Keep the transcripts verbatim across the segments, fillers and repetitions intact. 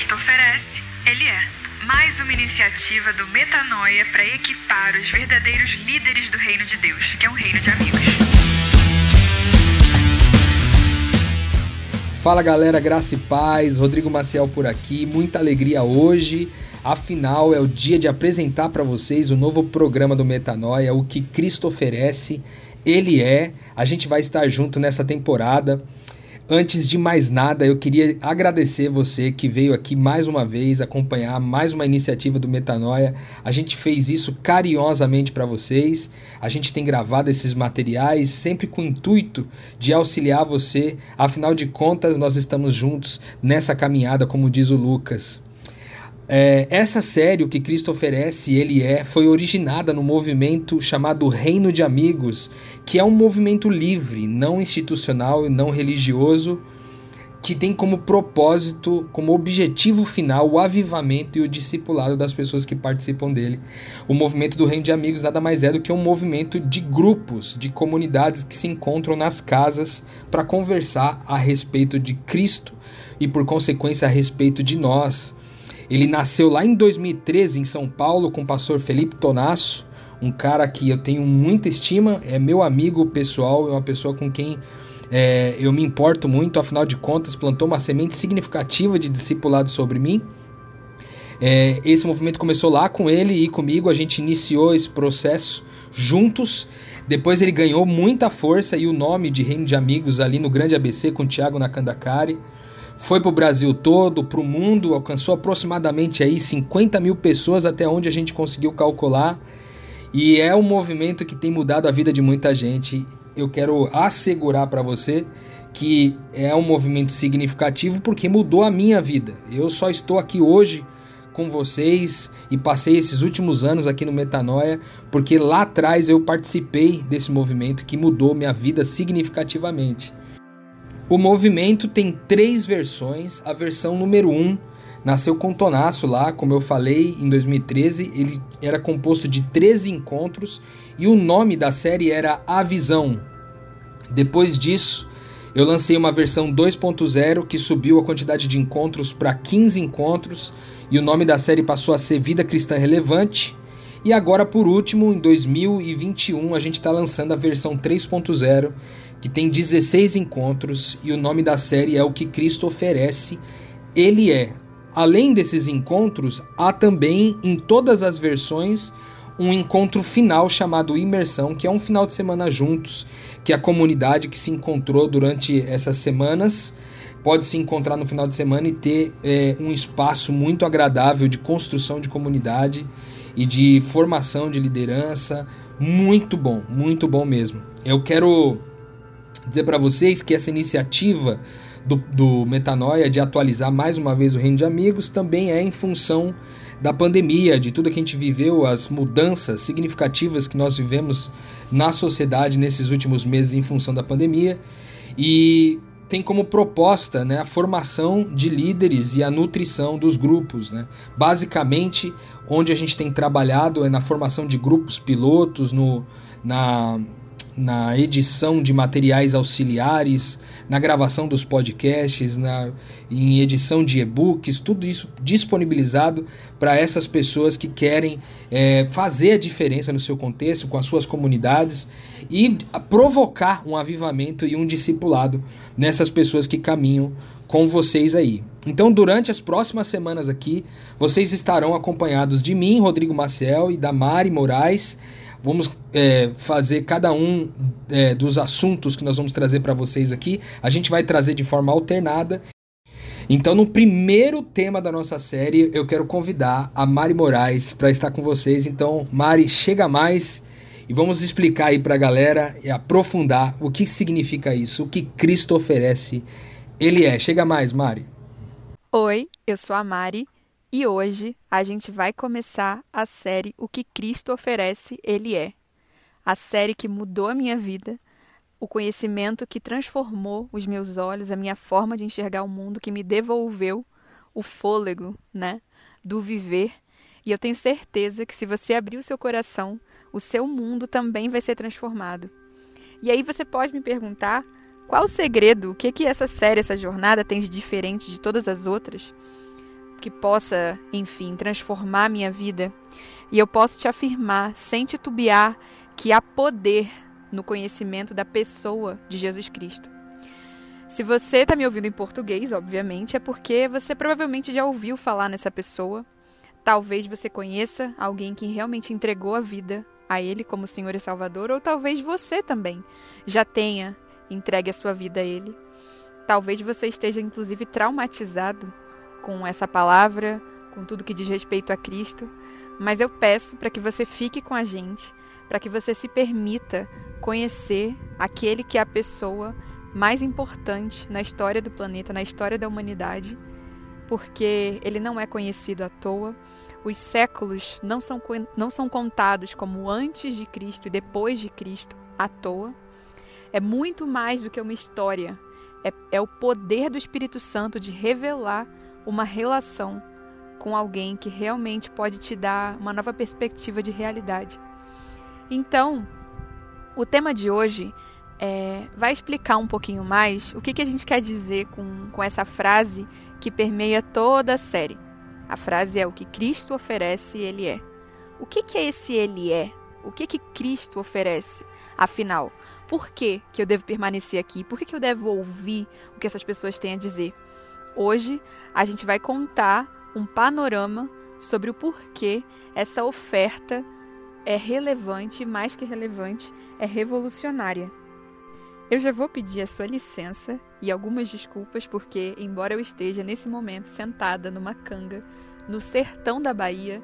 Cristo oferece, Ele é. Mais uma iniciativa do Metanoia para equipar os verdadeiros líderes do reino de Deus, que é um reino de amigos. Fala galera, graça e paz, Rodrigo Maciel por aqui, muita alegria hoje, afinal é o dia de apresentar para vocês o novo programa do Metanoia, o que Cristo oferece, Ele é, a gente vai estar junto nessa temporada. Antes de mais nada, eu queria agradecer você que veio aqui mais uma vez acompanhar mais uma iniciativa do Metanoia. A gente fez isso carinhosamente para vocês. A gente tem gravado esses materiais sempre com o intuito de auxiliar você. Afinal de contas, nós estamos juntos nessa caminhada, como diz o Lucas. É, essa série, o que Cristo oferece, Ele é, foi originada no movimento chamado Reino de Amigos, que é um movimento livre, não institucional e não religioso, que tem como propósito, como objetivo final, o avivamento e o discipulado das pessoas que participam dele. O movimento do Reino de Amigos nada mais é do que um movimento de grupos, de comunidades que se encontram nas casas para conversar a respeito de Cristo e, por consequência, a respeito de nós. Ele nasceu lá em dois mil e treze, em São Paulo, com o pastor Felipe Tonasso, um cara que eu tenho muita estima, é meu amigo pessoal, é uma pessoa com quem é, eu me importo muito, afinal de contas, plantou uma semente significativa de discipulado sobre mim. É, esse movimento começou lá com ele e comigo, a gente iniciou esse processo juntos. Depois ele ganhou muita força e o nome de Reino de Amigos ali no Grande A B C com o Thiago Nakandakari. Foi para o Brasil todo, para o mundo, alcançou aproximadamente aí cinquenta mil pessoas até onde a gente conseguiu calcular. E é um movimento que tem mudado a vida de muita gente. Eu quero assegurar para você que é um movimento significativo porque mudou a minha vida. Eu só estou aqui hoje com vocês e passei esses últimos anos aqui no Metanoia porque lá atrás eu participei desse movimento que mudou minha vida significativamente. O movimento tem três versões. A versão número um nasceu com Tonasso lá, como eu falei, em dois mil e treze. Ele era composto de treze encontros e o nome da série era A Visão. Depois disso, eu lancei uma versão dois ponto zero que subiu a quantidade de encontros para quinze encontros e o nome da série passou a ser Vida Cristã Relevante. E agora, por último, em dois mil e vinte e um, a gente está lançando a versão três ponto zero, que tem dezesseis encontros e o nome da série é O que Cristo oferece, Ele é. Além desses encontros, há também em todas as versões um encontro final chamado Imersão, que é um final de semana juntos, que a comunidade que se encontrou durante essas semanas pode se encontrar no final de semana e ter é, um espaço muito agradável de construção de comunidade e de formação de liderança. Muito bom, muito bom mesmo. Eu quero dizer para vocês que essa iniciativa do, do Metanoia de atualizar mais uma vez o Reino de Amigos também é em função da pandemia, de tudo que a gente viveu, as mudanças significativas que nós vivemos na sociedade nesses últimos meses em função da pandemia, e tem como proposta, né, a formação de líderes e a nutrição dos grupos, né? Basicamente, onde a gente tem trabalhado é na formação de grupos pilotos, no, na... na edição de materiais auxiliares, na gravação dos podcasts, na, em edição de e-books, tudo isso disponibilizado para essas pessoas que querem é, fazer a diferença no seu contexto, com as suas comunidades e provocar um avivamento e um discipulado nessas pessoas que caminham com vocês aí. Então, durante as próximas semanas aqui, vocês estarão acompanhados de mim, Rodrigo Maciel, e da Mari Moraes. Vamos é, fazer cada um é, dos assuntos que nós vamos trazer para vocês aqui. A gente vai trazer de forma alternada. Então, no primeiro tema da nossa série, eu quero convidar a Mari Moraes para estar com vocês. Então, Mari, chega mais e vamos explicar aí para a galera e aprofundar o que significa isso, o que Cristo oferece, Ele é. Chega mais, Mari. Oi, eu sou a Mari. E hoje a gente vai começar a série O que Cristo oferece, Ele é. A série que mudou a minha vida, o conhecimento que transformou os meus olhos, a minha forma de enxergar o mundo, que me devolveu o fôlego, né, do viver. E eu tenho certeza que se você abrir o seu coração, o seu mundo também vai ser transformado. E aí você pode me perguntar, qual o segredo? O que que essa série, essa jornada tem de diferente de todas as outras? que possa, enfim, transformar a minha vida. E eu posso te afirmar, sem titubear, que há poder no conhecimento da pessoa de Jesus Cristo. Se você está me ouvindo em português, obviamente, é porque você provavelmente já ouviu falar nessa pessoa. Talvez você conheça alguém que realmente entregou a vida a Ele como Senhor e Salvador, ou talvez você também já tenha entregue a sua vida a Ele. Talvez você esteja, inclusive, traumatizado com essa palavra, com tudo que diz respeito a Cristo, mas eu peço para que você fique com a gente, para que você se permita conhecer aquele que é a pessoa mais importante na história do planeta, na história da humanidade, porque ele não é conhecido à toa. Os séculos não são, não são contados como antes de Cristo e depois de Cristo à toa. É muito mais do que uma história. É, é o poder do Espírito Santo de revelar uma relação com alguém que realmente pode te dar uma nova perspectiva de realidade. Então, o tema de hoje é, vai explicar um pouquinho mais o que, que a gente quer dizer com, com essa frase que permeia toda a série. A frase é: o que Cristo oferece, Ele é. O que, que é esse Ele é? O que, que Cristo oferece? Afinal, por que, que eu devo permanecer aqui? Por que, que eu devo ouvir o que essas pessoas têm a dizer? Hoje, a gente vai contar um panorama sobre o porquê essa oferta é relevante, mais que relevante, é revolucionária. Eu já vou pedir a sua licença e algumas desculpas porque, embora eu esteja nesse momento sentada numa canga no sertão da Bahia,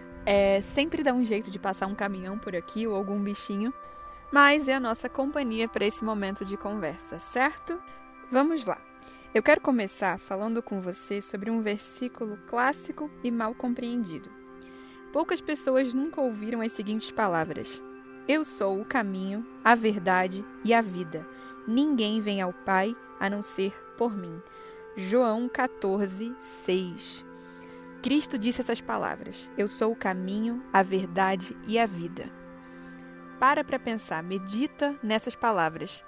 é, sempre dá um jeito de passar um caminhão por aqui ou algum bichinho, mas é a nossa companhia para esse momento de conversa, certo? Vamos lá. Eu quero começar falando com você sobre um versículo clássico e mal compreendido. Poucas pessoas nunca ouviram as seguintes palavras: eu sou o caminho, a verdade e a vida. Ninguém vem ao Pai a não ser por mim. João quatorze, seis. Cristo disse essas palavras: eu sou o caminho, a verdade e a vida. Para para pensar, medita nessas palavras.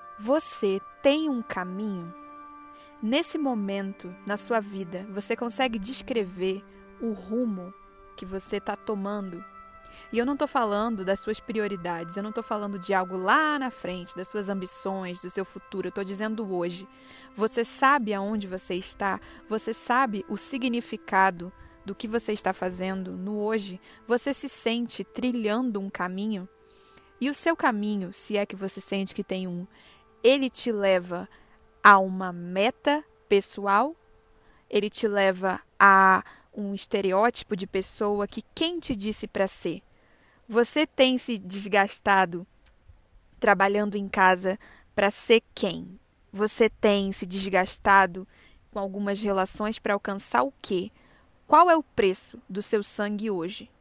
Você tem um caminho? Nesse momento, na sua vida, você consegue descrever o rumo que você está tomando? E eu não estou falando das suas prioridades, eu não estou falando de algo lá na frente, das suas ambições, do seu futuro, eu estou dizendo hoje. Você sabe aonde você está? Você sabe o significado do que você está fazendo no hoje? Você se sente trilhando um caminho? E o seu caminho, se é que você sente que tem um, ele te leva a uma meta pessoal? Ele te leva a um estereótipo de pessoa que quem te disse para ser? Você tem se desgastado trabalhando em casa para ser quem? Você tem se desgastado com algumas relações para alcançar o quê? Qual é o preço do seu sangue hoje?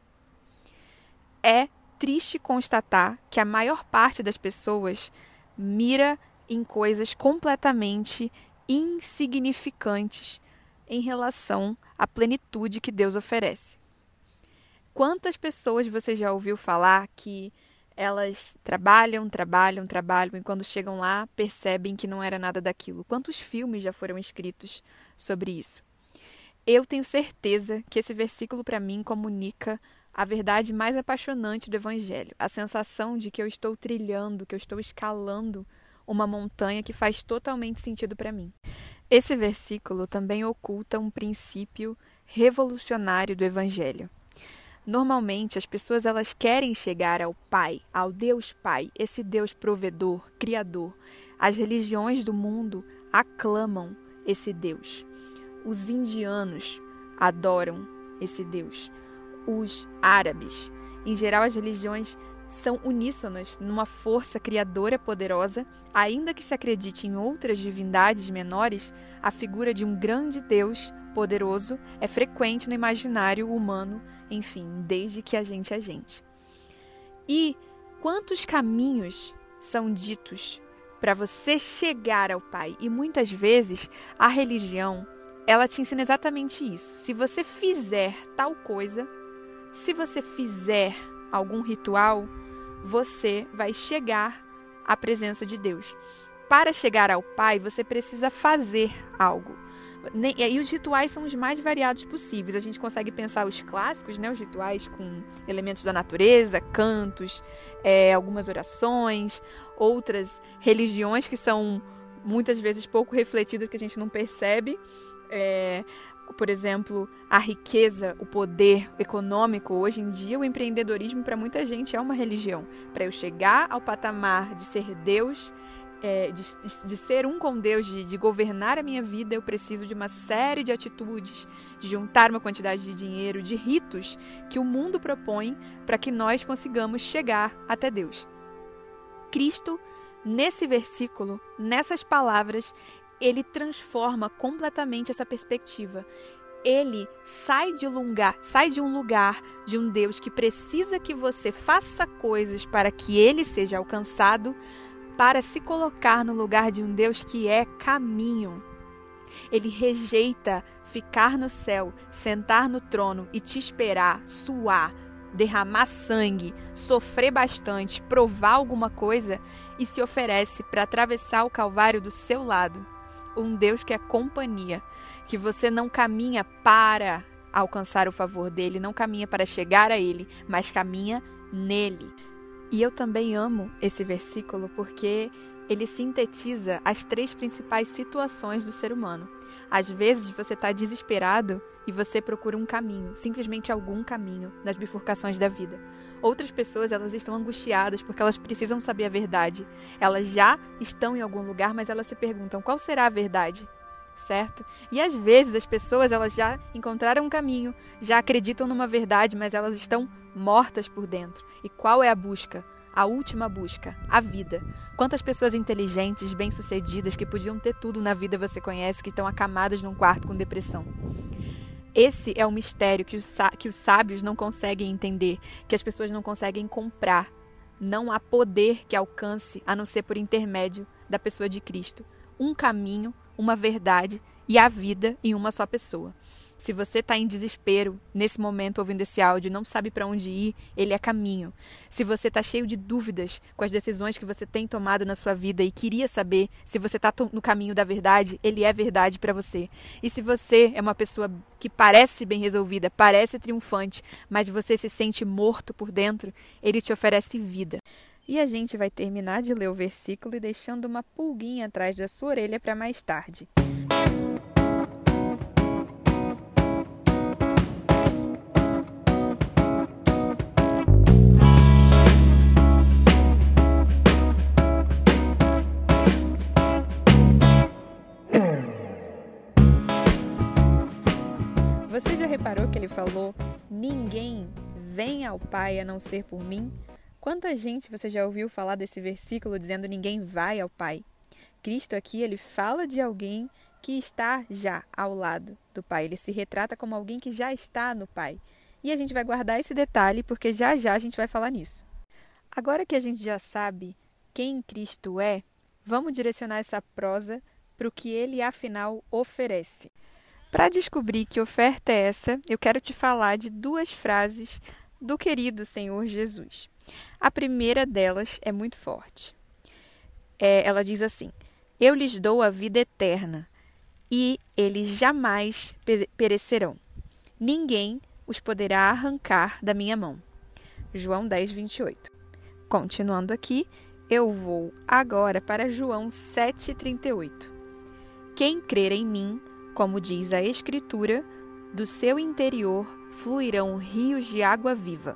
É triste constatar que a maior parte das pessoas mira em coisas completamente insignificantes em relação à plenitude que Deus oferece. Quantas pessoas você já ouviu falar que elas trabalham, trabalham, trabalham e quando chegam lá percebem que não era nada daquilo? Quantos filmes já foram escritos sobre isso? Eu tenho certeza que esse versículo para mim comunica a verdade mais apaixonante do Evangelho, a sensação de que eu estou trilhando, que eu estou escalando uma montanha que faz totalmente sentido para mim. Esse versículo também oculta um princípio revolucionário do Evangelho. Normalmente, as pessoas elas querem chegar ao Pai, ao Deus Pai, esse Deus provedor, criador. As religiões do mundo aclamam esse Deus. Os indianos adoram esse Deus. Os árabes, em geral, as religiões são uníssonas numa força criadora poderosa, ainda que se acredite em outras divindades menores, a figura de um grande Deus poderoso é frequente no imaginário humano, enfim, desde que a gente é gente. E quantos caminhos são ditos para você chegar ao Pai? E muitas vezes a religião, ela te ensina exatamente isso. Se você fizer tal coisa, se você fizer algum ritual, você vai chegar à presença de Deus. Para chegar ao Pai, você precisa fazer algo. E os rituais são os mais variados possíveis. A gente consegue pensar os clássicos, né? Os rituais com elementos da natureza, cantos, é, algumas orações, outras religiões que são muitas vezes pouco refletidas, que a gente não percebe. É, por exemplo, a riqueza, o poder econômico. Hoje em dia, o empreendedorismo para muita gente é uma religião. Para eu chegar ao patamar de ser Deus, é, de, de, de ser um com Deus, de, de governar a minha vida, eu preciso de uma série de atitudes, de juntar uma quantidade de dinheiro, de ritos que o mundo propõe para que nós consigamos chegar até Deus. Cristo, nesse versículo, nessas palavras, ele transforma completamente essa perspectiva. Ele sai de, lugar, sai de um lugar de um Deus que precisa que você faça coisas para que ele seja alcançado, para se colocar no lugar de um Deus que é caminho. Ele rejeita ficar no céu, sentar no trono e te esperar, suar, derramar sangue, sofrer bastante, provar alguma coisa e se oferece para atravessar o Calvário do seu lado. Um Deus que é companhia, que você não caminha para alcançar o favor dele, não caminha para chegar a ele, mas caminha nele. E eu também amo esse versículo porque ele sintetiza as três principais situações do ser humano. Às vezes você está desesperado e você procura um caminho, simplesmente algum caminho nas bifurcações da vida. Outras pessoas, elas estão angustiadas porque elas precisam saber a verdade. Elas já estão em algum lugar, mas elas se perguntam qual será a verdade, certo? E às vezes as pessoas, elas já encontraram um caminho, já acreditam numa verdade, mas elas estão mortas por dentro. E qual é a busca? A última busca, a vida. Quantas pessoas inteligentes, bem-sucedidas, que podiam ter tudo na vida você conhece, que estão acamadas num quarto com depressão? Esse é o mistério que os, que os sábios não conseguem entender, que as pessoas não conseguem comprar. Não há poder que alcance, a não ser por intermédio da pessoa de Cristo. Um caminho, uma verdade e a vida em uma só pessoa. Se você está em desespero, nesse momento ouvindo esse áudio e não sabe para onde ir, ele é caminho. Se você está cheio de dúvidas com as decisões que você tem tomado na sua vida e queria saber se você está no caminho da verdade, ele é verdade para você. E se você é uma pessoa que parece bem resolvida, parece triunfante, mas você se sente morto por dentro, ele te oferece vida. E a gente vai terminar de ler o versículo e deixando uma pulguinha atrás da sua orelha para mais tarde. Você já reparou que ele falou, ninguém vem ao Pai a não ser por mim? Quanta gente você já ouviu falar desse versículo dizendo ninguém vai ao Pai? Cristo aqui, ele fala de alguém que está já ao lado do Pai. Ele se retrata como alguém que já está no Pai. E a gente vai guardar esse detalhe porque já já a gente vai falar nisso. Agora que a gente já sabe quem Cristo é, vamos direcionar essa prosa para o que ele afinal oferece. Para descobrir que oferta é essa, eu quero te falar de duas frases do querido Senhor Jesus. A primeira delas é muito forte. É, ela diz assim, eu lhes dou a vida eterna, e eles jamais perecerão. Ninguém os poderá arrancar da minha mão. João dez, vinte e oito. Continuando aqui, eu vou agora para João sete, trinta e oito. Quem crer em mim, como diz a Escritura, do seu interior fluirão rios de água viva.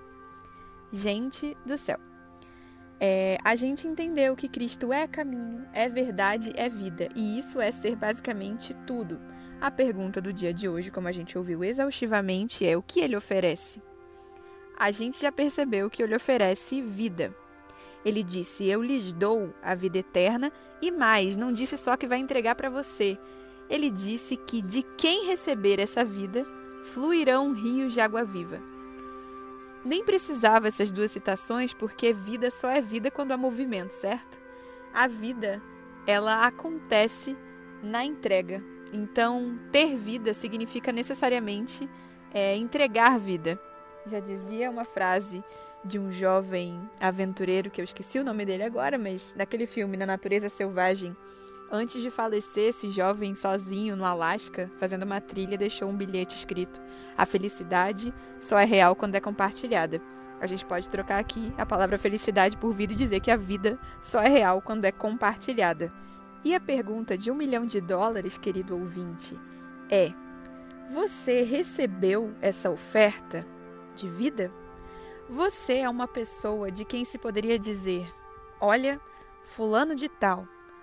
Gente do céu, é, a gente entendeu que Cristo é caminho, é verdade, é vida, e isso é ser basicamente tudo. A pergunta do dia de hoje, como a gente ouviu exaustivamente, é o que ele oferece? A gente já percebeu que ele oferece vida. Ele disse, eu lhes dou a vida eterna, e mais, não disse só que vai entregar para você. Ele disse que de quem receber essa vida, fluirão rios de água viva. Nem precisava essas duas citações, porque vida só é vida quando há movimento, certo? A vida, ela acontece na entrega. Então, ter vida significa necessariamente é, entregar vida. Já dizia uma frase de um jovem aventureiro, que eu esqueci o nome dele agora, mas naquele filme, Na Natureza Selvagem, Antes de falecer, esse jovem sozinho no Alasca, fazendo uma trilha, deixou um bilhete escrito: a felicidade só é real quando é compartilhada. A gente pode trocar aqui a palavra felicidade por vida e dizer que a vida só é real quando é compartilhada. E a pergunta de um milhão de dólares, querido ouvinte, é: você recebeu essa oferta de vida? Você é uma pessoa de quem se poderia dizer: olha, fulano de tal,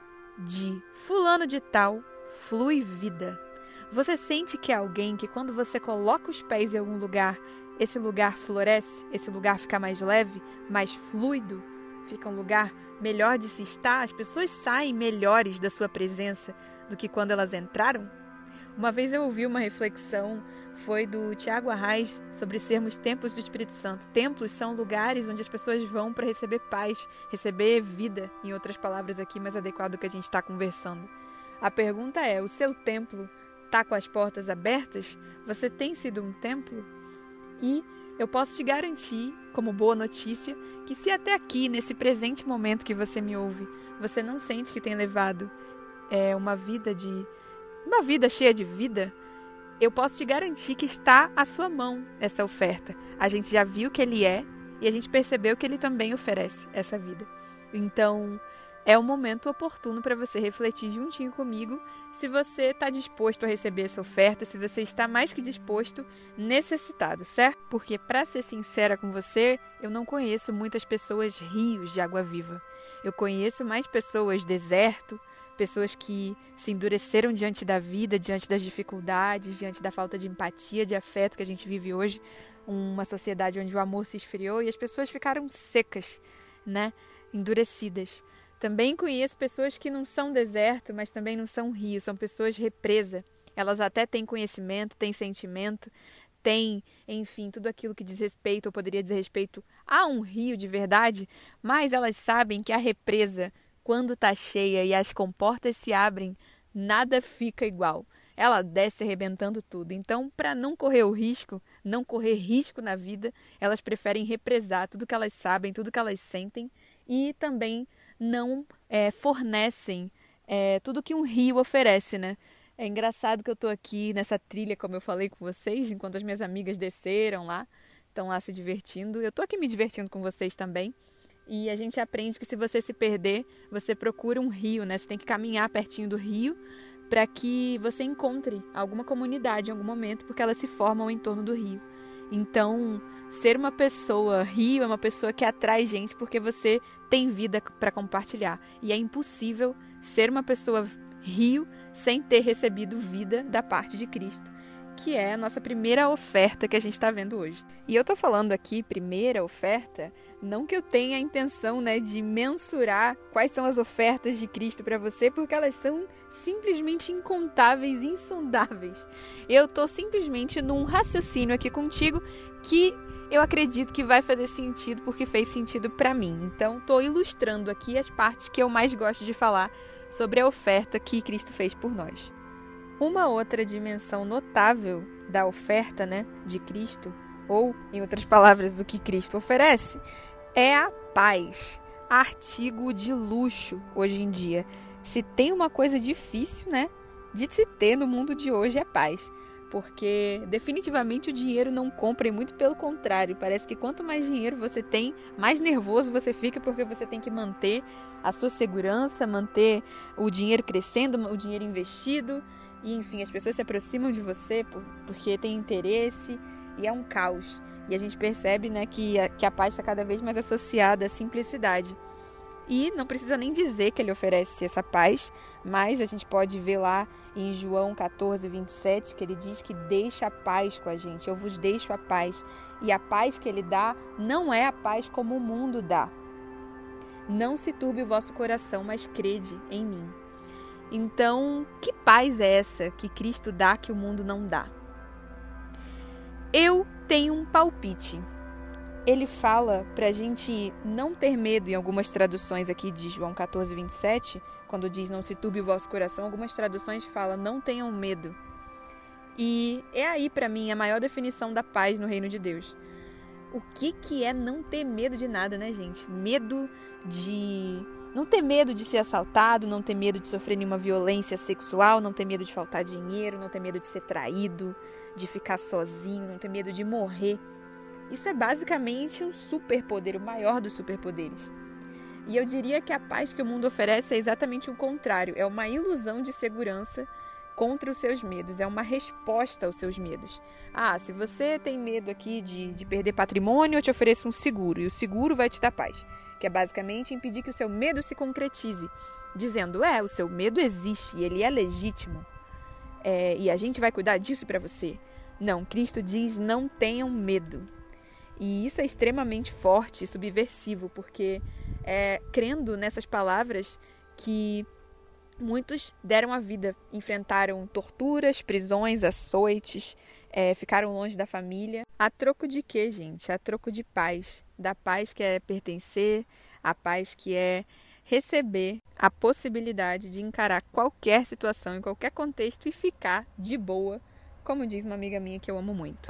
de fulano de tal, flui vida. Você sente que é alguém que quando você coloca os pés em algum lugar, esse lugar floresce, esse lugar fica mais leve, mais fluido, fica um lugar melhor de se estar, as pessoas saem melhores da sua presença do que quando elas entraram? Uma vez eu ouvi uma reflexão, foi do Tiago Arraes, sobre sermos templos do Espírito Santo. Templos são lugares onde as pessoas vão para receber paz, receber vida, em outras palavras aqui mais adequado ao que a gente está conversando. A pergunta é: o seu templo está com as portas abertas? Você tem sido um templo? E eu posso te garantir, como boa notícia, que se até aqui, nesse presente momento que você me ouve, você não sente que tem levado é, uma vida de... uma vida cheia de vida, eu posso te garantir que está à sua mão essa oferta. A gente já viu que ele é e a gente percebeu que ele também oferece essa vida. Então, é um momento oportuno para você refletir juntinho comigo se você está disposto a receber essa oferta, se você está mais que disposto, necessitado, certo? Porque, para ser sincera com você, eu não conheço muitas pessoas rios de água viva. Eu conheço mais pessoas deserto, pessoas que se endureceram diante da vida, diante das dificuldades, diante da falta de empatia, de afeto que a gente vive hoje, uma sociedade onde o amor se esfriou e as pessoas ficaram secas, né? Endurecidas. Também conheço pessoas que não são deserto, mas também não são rio, são pessoas represa. Elas até têm conhecimento, têm sentimento, têm, enfim, tudo aquilo que diz respeito, ou poderia dizer respeito a um rio de verdade, mas elas sabem que a represa, quando está cheia e as comportas se abrem, nada fica igual. Ela desce arrebentando tudo. Então, para não correr o risco, não correr risco na vida, elas preferem represar tudo que elas sabem, tudo que elas sentem e também não é, fornecem é, tudo que um rio oferece, né? É engraçado que eu estou aqui nessa trilha, como eu falei com vocês, enquanto as minhas amigas desceram lá, estão lá se divertindo. Eu estou aqui me divertindo com vocês também. E a gente aprende que se você se perder, você procura um rio, né? Você tem que caminhar pertinho do rio para que você encontre alguma comunidade em algum momento, porque elas se formam em torno do rio. Então, ser uma pessoa rio é uma pessoa que atrai gente porque você tem vida para compartilhar. E é impossível ser uma pessoa rio sem ter recebido vida da parte de Cristo, que é a nossa primeira oferta que a gente está vendo hoje. E eu estou falando aqui, primeira oferta, não que eu tenha a intenção, né, de mensurar quais são as ofertas de Cristo para você, porque elas são simplesmente incontáveis, insondáveis. Eu estou simplesmente num raciocínio aqui contigo que eu acredito que vai fazer sentido porque fez sentido para mim. Então, estou ilustrando aqui as partes que eu mais gosto de falar sobre a oferta que Cristo fez por nós. Uma outra dimensão notável da oferta, né, de Cristo, ou, em outras palavras, do que Cristo oferece, é a paz, artigo de luxo hoje em dia. Se tem uma coisa difícil, né, de se ter no mundo de hoje é paz, porque definitivamente o dinheiro não compra, e muito pelo contrário, parece que quanto mais dinheiro você tem, mais nervoso você fica, porque você tem que manter a sua segurança, manter o dinheiro crescendo, o dinheiro investido. E, enfim, as pessoas se aproximam de você por, porque tem interesse e é um caos. E a gente percebe, né, que, a, que a paz está cada vez mais associada à simplicidade. E não precisa nem dizer que ele oferece essa paz, mas a gente pode ver lá em João catorze, vinte e sete, que ele diz que deixa a paz com a gente. Eu vos deixo a paz. E a paz que ele dá não é a paz como o mundo dá. Não se turbe o vosso coração, mas crede em mim. Então, que paz é essa que Cristo dá que o mundo não dá? Eu tenho um palpite. Ele fala para a gente não ter medo, em algumas traduções aqui de João catorze, vinte e sete, quando diz não se turbe o vosso coração, algumas traduções falam não tenham medo. E é aí para mim a maior definição da paz no reino de Deus. O que, que é não ter medo de nada, né, gente? Medo de Não ter medo de ser assaltado, não ter medo de sofrer nenhuma violência sexual, não ter medo de faltar dinheiro, não ter medo de ser traído, de ficar sozinho, não ter medo de morrer. Isso é basicamente um superpoder, o maior dos superpoderes. E eu diria que a paz que o mundo oferece é exatamente o contrário, é uma ilusão de segurança contra os seus medos, é uma resposta aos seus medos. Ah, se você tem medo aqui de, de perder patrimônio, eu te ofereço um seguro, e o seguro vai te dar paz, que é basicamente impedir que o seu medo se concretize, dizendo, é, o seu medo existe e ele é legítimo, é, e a gente vai cuidar disso para você. Não, Cristo diz, não tenham medo. E isso é extremamente forte e subversivo, porque é crendo nessas palavras que muitos deram a vida, enfrentaram torturas, prisões, açoites, é, ficaram longe da família. A troco de quê, gente? A troco de paz. Da paz que é pertencer, a paz que é receber a possibilidade de encarar qualquer situação, em qualquer contexto e ficar de boa, como diz uma amiga minha que eu amo muito.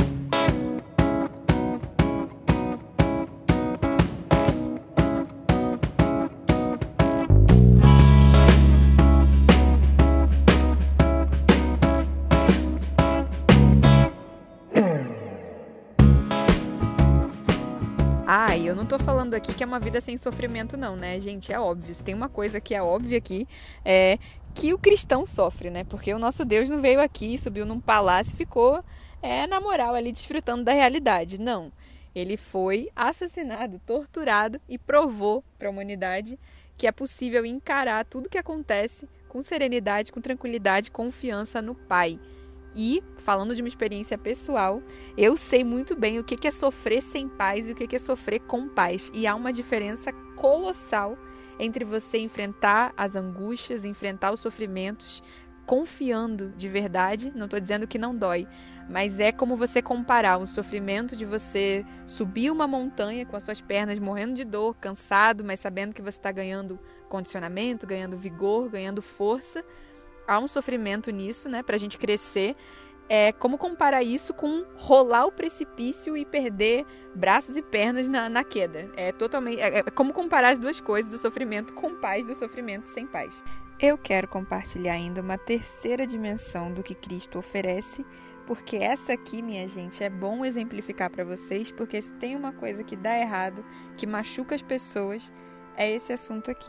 Ah, e eu não tô falando aqui que é uma vida sem sofrimento não, né, gente? É óbvio. Se tem uma coisa que é óbvia aqui, é que o cristão sofre, né? Porque o nosso Deus não veio aqui, subiu num palácio e ficou, é, na moral, ali desfrutando da realidade. Não. Ele foi assassinado, torturado e provou para a humanidade que é possível encarar tudo que acontece com serenidade, com tranquilidade, confiança no Pai. E, falando de uma experiência pessoal, eu sei muito bem o que é sofrer sem paz e o que é sofrer com paz. E há uma diferença colossal entre você enfrentar as angústias, enfrentar os sofrimentos, confiando de verdade. Não estou dizendo que não dói, mas é como você comparar o sofrimento de você subir uma montanha com as suas pernas morrendo de dor, cansado, mas sabendo que você está ganhando condicionamento, ganhando vigor, ganhando força. Há um sofrimento nisso, né, pra gente crescer. É como comparar isso com rolar o precipício e perder braços e pernas na, na queda. É totalmente, é, é como comparar as duas coisas, o sofrimento com paz do sofrimento sem paz. Eu quero compartilhar ainda uma terceira dimensão do que Cristo oferece, porque essa aqui, minha gente, é bom exemplificar para vocês, porque se tem uma coisa que dá errado, que machuca as pessoas, é esse assunto aqui.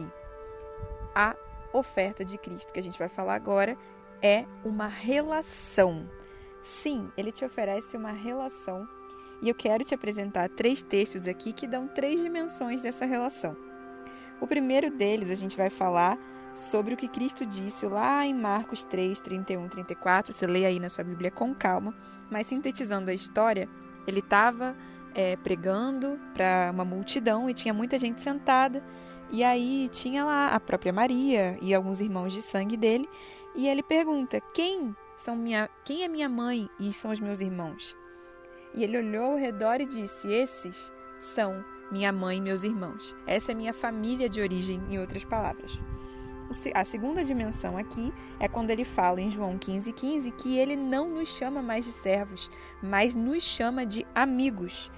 A oferta de Cristo, que a gente vai falar agora, é uma relação. Sim, ele te oferece uma relação e eu quero te apresentar três textos aqui que dão três dimensões dessa relação. O primeiro deles, a gente vai falar sobre o que Cristo disse lá em Marcos três, trinta e um, trinta e quatro. Você lê aí na sua Bíblia com calma, mas sintetizando a história, ele estava é, pregando para uma multidão e tinha muita gente sentada. E aí tinha lá a própria Maria e alguns irmãos de sangue dele. E ele pergunta, quem, são minha, quem é minha mãe e são os meus irmãos? E ele olhou ao redor e disse, esses são minha mãe e meus irmãos. Essa é minha família de origem, em outras palavras. A segunda dimensão aqui é quando ele fala em João quinze, quinze que ele não nos chama mais de servos, mas nos chama de amigos.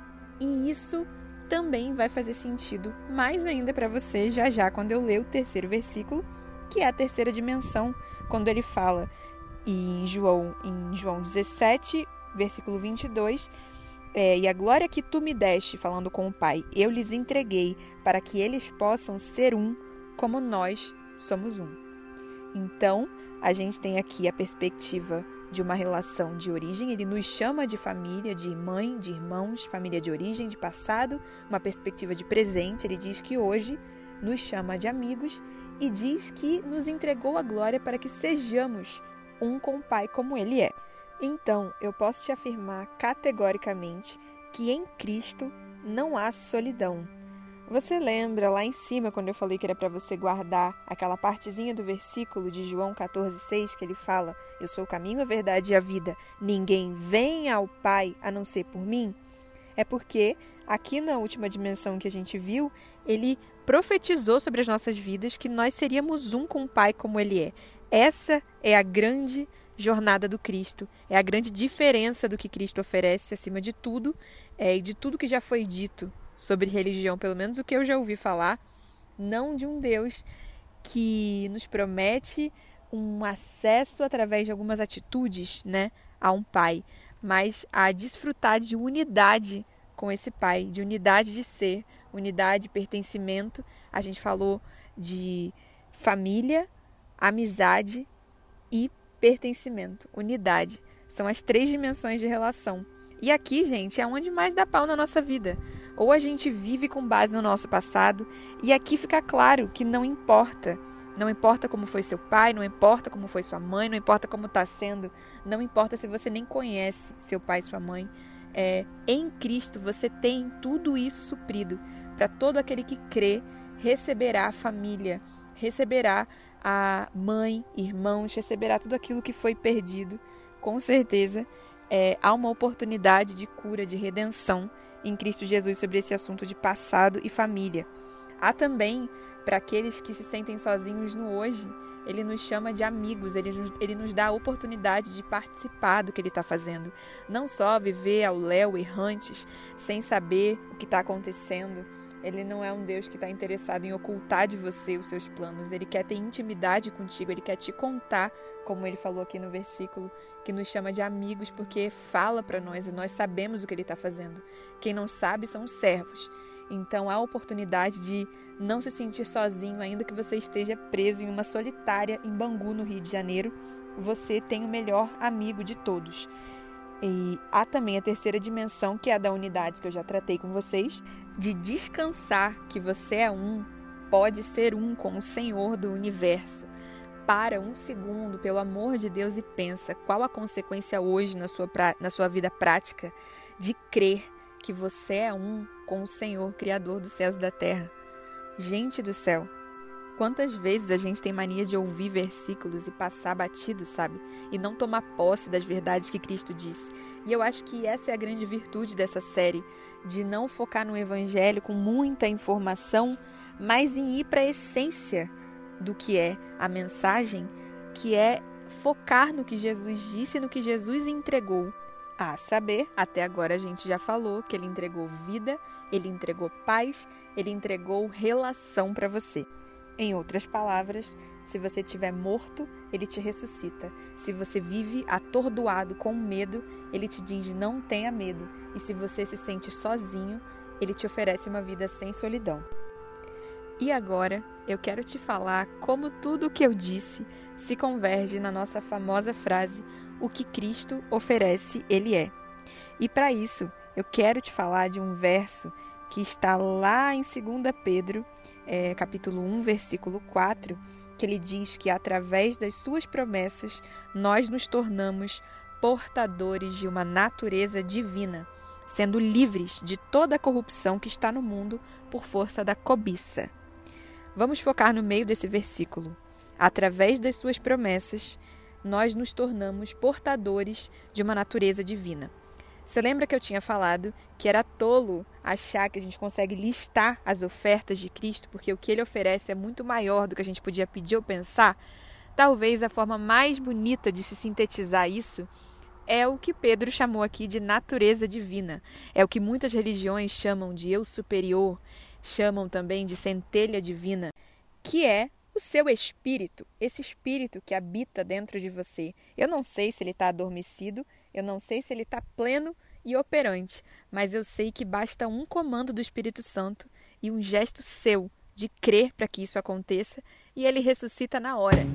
E isso também vai fazer sentido mais ainda para você já já quando eu ler o terceiro versículo, que é a terceira dimensão, quando ele fala em João, em João dezessete, versículo vinte e dois, é, e a glória que tu me deste, falando com o Pai, eu lhes entreguei para que eles possam ser um, como nós somos um. Então, a gente tem aqui a perspectiva de uma relação de origem, ele nos chama de família, de mãe, de irmãos, família de origem, de passado, uma perspectiva de presente, ele diz que hoje nos chama de amigos e diz que nos entregou a glória para que sejamos um com o Pai como ele é. Então, eu posso te afirmar categoricamente que em Cristo não há solidão. Você lembra lá em cima, quando eu falei que era para você guardar aquela partezinha do versículo de João quatorze, seis, que ele fala, eu sou o caminho, a verdade e a vida, ninguém vem ao Pai a não ser por mim? É porque aqui na última dimensão que a gente viu, ele profetizou sobre as nossas vidas que nós seríamos um com o Pai como ele é. Essa é a grande jornada do Cristo, é a grande diferença do que Cristo oferece acima de tudo, é, e de tudo que já foi dito sobre religião, pelo menos o que eu já ouvi falar, não de um Deus que nos promete um acesso através de algumas atitudes, né, a um pai, mas a desfrutar de unidade com esse pai, de unidade de ser, unidade, pertencimento. A gente falou de família, amizade e pertencimento, unidade. São as três dimensões de relação. E aqui, gente, é onde mais dá pau na nossa vida. Ou a gente vive com base no nosso passado, e aqui fica claro que não importa. Não importa como foi seu pai, não importa como foi sua mãe, não importa como está sendo, não importa se você nem conhece seu pai e sua mãe. É, em Cristo você tem tudo isso suprido. Para todo aquele que crê, receberá a família, receberá a mãe, irmãos, receberá tudo aquilo que foi perdido. Com certeza, é, há uma oportunidade de cura, de redenção em Cristo Jesus sobre esse assunto de passado e família. Há também, para aqueles que se sentem sozinhos no hoje, Ele nos chama de amigos, Ele nos, ele nos dá a oportunidade de participar do que Ele está fazendo. Não só viver ao léu errantes, sem saber o que está acontecendo. Ele não é um Deus que está interessado em ocultar de você os seus planos. Ele quer ter intimidade contigo, Ele quer te contar, como Ele falou aqui no versículo, que nos chama de amigos, porque fala para nós e nós sabemos o que Ele está fazendo. Quem não sabe são os servos. Então há a oportunidade de não se sentir sozinho, ainda que você esteja preso em uma solitária em Bangu, no Rio de Janeiro. Você tem o melhor amigo de todos. E há também a terceira dimensão, que é a da unidade, que eu já tratei com vocês, de descansar que você é um, pode ser um com o Senhor do universo. Para um segundo, pelo amor de Deus, e pensa qual a consequência hoje na sua, na sua vida prática de crer que você é um com o Senhor, Criador dos céus e da terra. Gente do céu, quantas vezes a gente tem mania de ouvir versículos e passar batido, sabe? E não tomar posse das verdades que Cristo disse. E eu acho que essa é a grande virtude dessa série, de não focar no Evangelho com muita informação, mas em ir para a essência do que é a mensagem, que é focar no que Jesus disse e no que Jesus entregou. A saber, até agora a gente já falou que Ele entregou vida, Ele entregou paz, Ele entregou relação para você. Em outras palavras, se você estiver morto, Ele te ressuscita. Se você vive atordoado com medo, Ele te diz não tenha medo. E se você se sente sozinho, Ele te oferece uma vida sem solidão. E agora, eu quero te falar como tudo o que eu disse se converge na nossa famosa frase: o que Cristo oferece, Ele é. E para isso, eu quero te falar de um verso que está lá em Segunda Pedro, é, capítulo um, versículo quatro, que ele diz que através das suas promessas nós nos tornamos portadores de uma natureza divina, sendo livres de toda a corrupção que está no mundo por força da cobiça. Vamos focar no meio desse versículo. Através das suas promessas, nós nos tornamos portadores de uma natureza divina. Você lembra que eu tinha falado que era tolo achar que a gente consegue listar as ofertas de Cristo, porque o que Ele oferece é muito maior do que a gente podia pedir ou pensar? Talvez a forma mais bonita de se sintetizar isso é o que Pedro chamou aqui de natureza divina. É o que muitas religiões chamam de eu superior, chamam também de centelha divina, que é o seu espírito, esse espírito que habita dentro de você. Eu não sei se ele está adormecido, eu não sei se ele está pleno e operante, mas eu sei que basta um comando do Espírito Santo e um gesto seu de crer para que isso aconteça, e ele ressuscita na hora.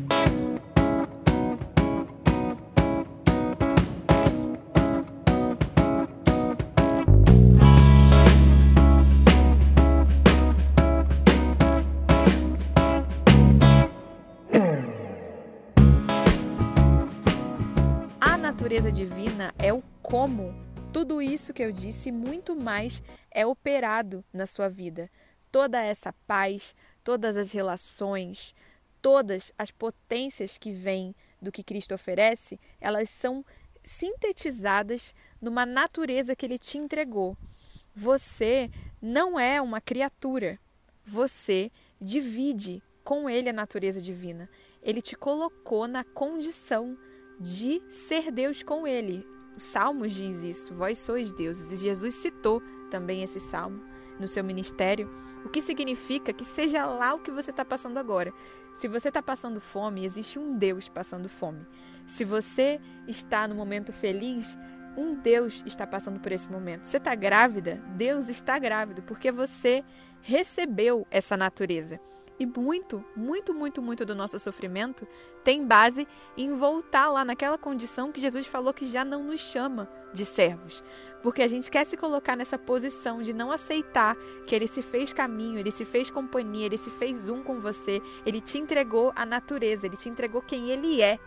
A natureza divina é o como tudo isso que eu disse e muito mais é operado na sua vida. Toda essa paz, todas as relações, todas as potências que vêm do que Cristo oferece, elas são sintetizadas numa natureza que Ele te entregou. Você não é uma criatura, você divide com Ele a natureza divina. Ele te colocou na condição de ser Deus com Ele. O Salmos diz isso, vós sois deuses, e Jesus citou também esse salmo, no seu ministério, o que significa que seja lá o que você está passando agora. Se você está passando fome, existe um Deus passando fome. Se você está no momento feliz, um Deus está passando por esse momento. Você está grávida? Deus está grávido, porque você recebeu essa natureza. E muito, muito, muito, muito do nosso sofrimento tem base em voltar lá naquela condição que Jesus falou que já não nos chama de servos. Porque a gente quer se colocar nessa posição de não aceitar que Ele se fez caminho, Ele se fez companhia, Ele se fez um com você, Ele te entregou a natureza, Ele te entregou quem Ele é.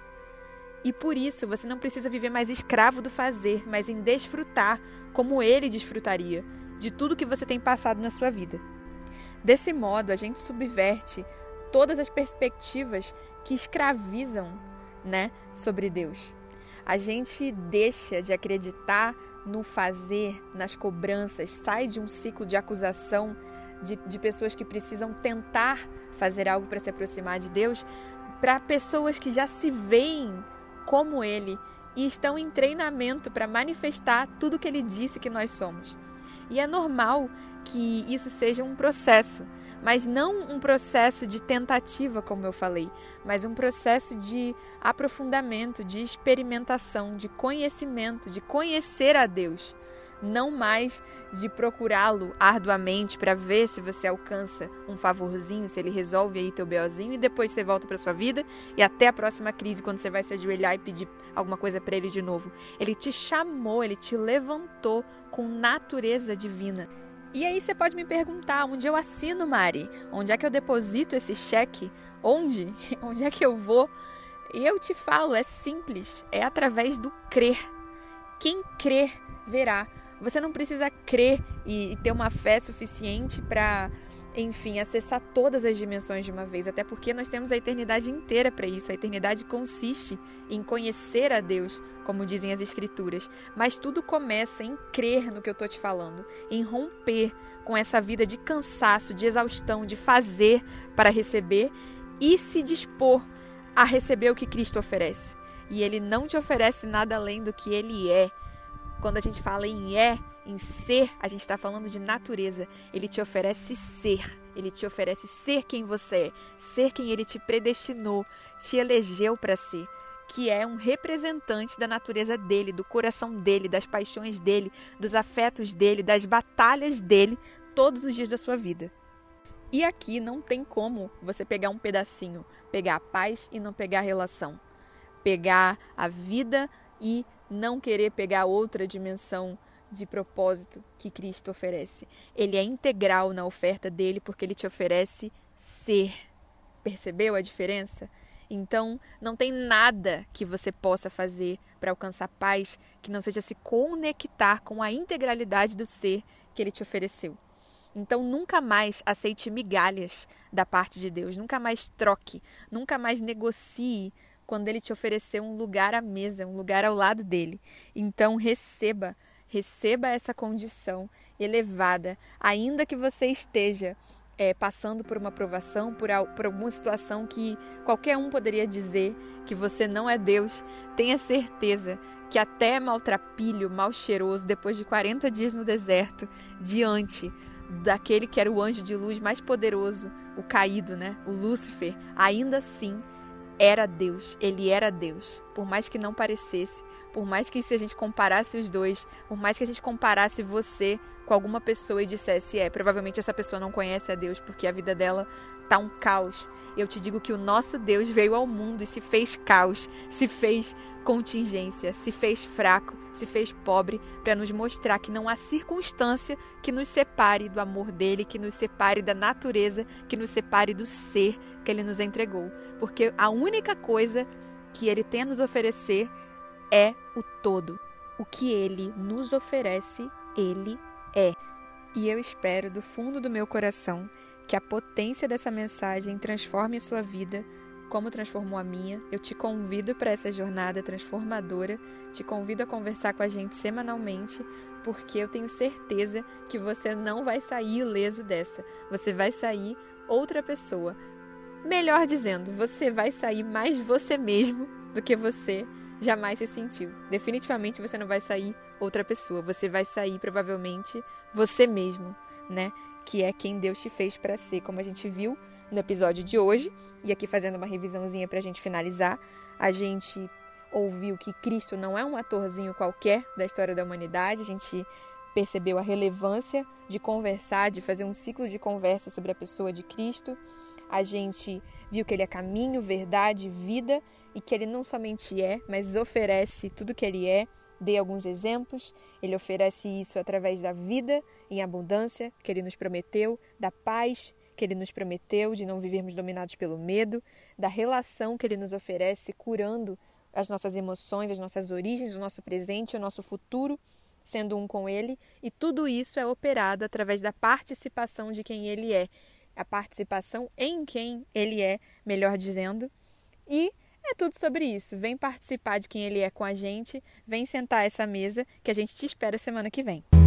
E por isso você não precisa viver mais escravo do fazer, mas em desfrutar como Ele desfrutaria de tudo que você tem passado na sua vida. Desse modo, a gente subverte todas as perspectivas que escravizam, né, sobre Deus. A gente deixa de acreditar no fazer, nas cobranças, sai de um ciclo de acusação de, de pessoas que precisam tentar fazer algo para se aproximar de Deus, para pessoas que já se veem como Ele e estão em treinamento para manifestar tudo que Ele disse que nós somos. E é normal que isso seja um processo, mas não um processo de tentativa, como eu falei, mas um processo de aprofundamento, de experimentação, de conhecimento, de conhecer a Deus, não mais de procurá-lo arduamente para ver se você alcança um favorzinho, se Ele resolve aí teu beozinho e depois você volta para sua vida e até a próxima crise, quando você vai se ajoelhar e pedir alguma coisa para Ele de novo. Ele te chamou, Ele te levantou com natureza divina. E aí você pode me perguntar, onde eu assino, Mari? Onde é que eu deposito esse cheque? Onde? Onde é que eu vou? E eu te falo, é simples, é através do crer. Quem crer, verá. Você não precisa crer e ter uma fé suficiente para, enfim, acessar todas as dimensões de uma vez, até porque nós temos a eternidade inteira para isso. A eternidade consiste em conhecer a Deus, como dizem as Escrituras, mas tudo começa em crer no que eu estou te falando, em romper com essa vida de cansaço, de exaustão, de fazer para receber e se dispor a receber o que Cristo oferece. E Ele não te oferece nada além do que Ele é. Quando a gente fala em é, em ser, a gente está falando de natureza. Ele te oferece ser. Ele te oferece ser quem você é. Ser quem Ele te predestinou, te elegeu para ser. Que é um representante da natureza dEle, do coração dEle, das paixões dEle, dos afetos dEle, das batalhas dEle, todos os dias da sua vida. E aqui não tem como você pegar um pedacinho, pegar a paz e não pegar a relação. Pegar a vida e não querer pegar outra dimensão de propósito que Cristo oferece. Ele é integral na oferta dele porque ele te oferece ser. Percebeu a diferença? Então, não tem nada que você possa fazer para alcançar paz que não seja se conectar com a integralidade do ser que ele te ofereceu. Então, nunca mais aceite migalhas da parte de Deus, nunca mais troque, nunca mais negocie quando Ele te oferecer um lugar à mesa, um lugar ao lado dEle. Então, receba, receba essa condição elevada, ainda que você esteja é, passando por uma provação, por, por alguma situação que qualquer um poderia dizer que você não é Deus, tenha certeza que até maltrapilho, mal cheiroso, depois de quarenta dias no deserto, diante daquele que era o anjo de luz mais poderoso, o caído, né? O Lúcifer, ainda assim era Deus, ele era Deus, por mais que não parecesse, por mais que se a gente comparasse os dois, por mais que a gente comparasse você com alguma pessoa e dissesse, é, provavelmente essa pessoa não conhece a Deus porque a vida dela tá um caos. Eu te digo que o nosso Deus veio ao mundo e se fez caos, se fez contingência, se fez fraco, se fez pobre para nos mostrar que não há circunstância que nos separe do amor dele, que nos separe da natureza, que nos separe do ser que ele nos entregou. Porque a única coisa que ele tem a nos oferecer é o todo. O que ele nos oferece, ele é. E eu espero do fundo do meu coração que a potência dessa mensagem transforme a sua vida como transformou a minha. Eu te convido para essa jornada transformadora, te convido a conversar com a gente semanalmente, porque eu tenho certeza que você não vai sair ileso dessa. Você vai sair outra pessoa. Melhor dizendo, você vai sair mais você mesmo do que você jamais se sentiu. Definitivamente você não vai sair outra pessoa, você vai sair provavelmente você mesmo. né? Que é quem Deus te fez para ser, como a gente viu no episódio de hoje. E aqui fazendo uma revisãozinha para a gente finalizar, a gente ouviu que Cristo não é um atorzinho qualquer da história da humanidade. A gente percebeu a relevância de conversar, de fazer um ciclo de conversa sobre a pessoa de Cristo. A gente viu que ele é caminho, verdade, vida, e que ele não somente é, mas oferece tudo que ele é. Dei alguns exemplos. Ele oferece isso através da vida em abundância que ele nos prometeu, da paz que ele nos prometeu, de não vivermos dominados pelo medo, da relação que ele nos oferece, curando as nossas emoções, as nossas origens, o nosso presente e o nosso futuro, sendo um com ele. E tudo isso é operado através da participação de quem ele é, a participação em quem ele é, melhor dizendo. E é tudo sobre isso. Vem participar de quem ele é com a gente, vem sentar a essa mesa que a gente te espera semana que vem.